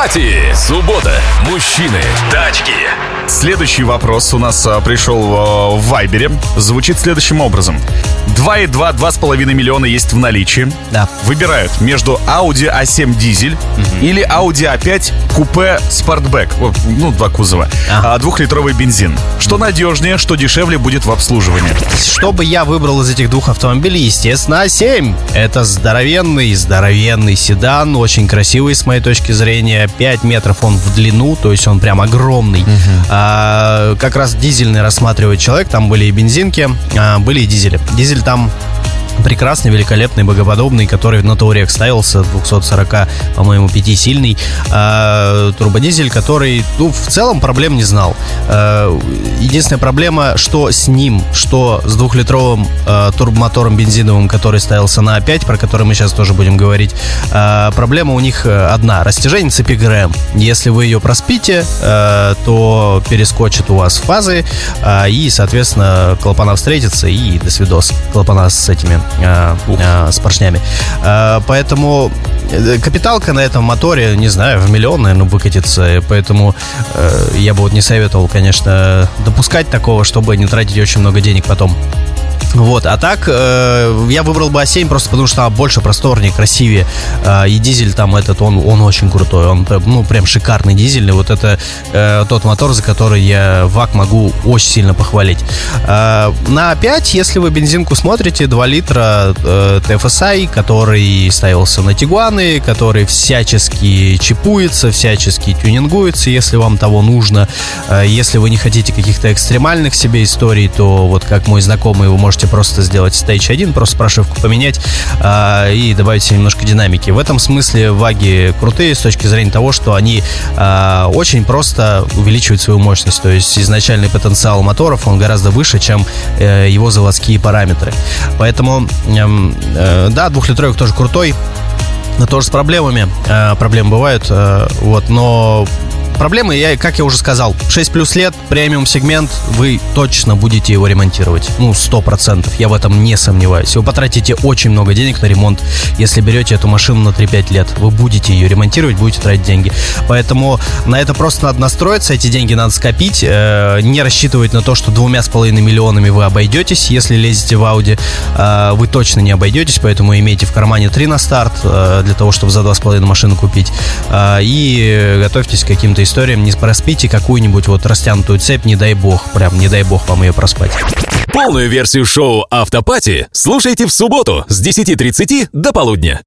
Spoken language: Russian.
Автопати. Суббота. Мужчины. Тачки. Следующий вопрос у нас пришел в Вайбере. Звучит следующим образом. 2,2-2,5 миллиона есть в наличии. Да. Выбирают между Audi A7 дизель или Audi A5 купе Sportback. Ну, два кузова. 2-литровый бензин. Что надежнее, что дешевле будет в обслуживании? Что бы я выбрал из этих двух автомобилей? Естественно, A7. Это здоровенный седан. Очень красивый, с моей точки зрения. 5 метров он в длину, то есть он прям огромный. Как раз дизельный рассматривает человек. Там были и бензинки, были и дизели. Дизель там прекрасный, великолепный, богоподобный, который на Touareg ставился, 240, по-моему, 5-сильный турбодизель, который, в целом проблем не знал. Единственная проблема, что с ним, что с 2-литровым турбомотором бензиновым, который ставился на А5, про который мы сейчас тоже будем говорить, проблема у них одна. Растяжение цепи ГРМ. Если вы ее проспите, то перескочит у вас фазы, и, соответственно, клапана встретятся, и до свидос. Клапана с этими с поршнями. Поэтому капиталка на этом моторе, не знаю, в миллион, наверное, выкатится. Поэтому я бы не советовал, конечно, допускать такого, чтобы не тратить очень много денег потом. А так я выбрал бы А7 просто потому, что больше, просторнее, красивее. И дизель там этот, он очень крутой. Он, прям шикарный дизельный. Вот это тот мотор, за который я ВАК могу очень сильно похвалить. На А5, если вы бензинку смотрите, 2 литра TFSI, который ставился на Тигуаны, который всячески чипуется, всячески тюнингуется, если вам того нужно. Если вы не хотите каких-то экстремальных себе историй, то вот как мой знакомый, вы можете просто сделать Stage 1, просто прошивку поменять и добавить себе немножко динамики. В этом смысле ваги крутые с точки зрения того, что они очень просто увеличивают свою мощность. То есть изначальный потенциал моторов, он гораздо выше, чем его заводские параметры. Поэтому, да, 2-литровик тоже крутой, но тоже с проблемами. Проблемы бывают, но... Проблемы, как я уже сказал, 6 плюс лет, премиум-сегмент, вы точно будете его ремонтировать. 100%, я в этом не сомневаюсь. Вы потратите очень много денег на ремонт, если берете эту машину на 3-5 лет. Вы будете ее ремонтировать, будете тратить деньги. Поэтому на это просто надо настроиться, эти деньги надо скопить, не рассчитывать на то, что 2,5 миллионами вы обойдетесь, если лезете в Audi. Вы точно не обойдетесь, поэтому имейте в кармане 3 на старт, для того, чтобы за 2,5 машину купить. И готовьтесь к каким-то историям, не проспите какую-нибудь растянутую цепь, не дай бог вам ее проспать. Полную версию шоу «Автопати» слушайте в субботу с 10:30 до полудня.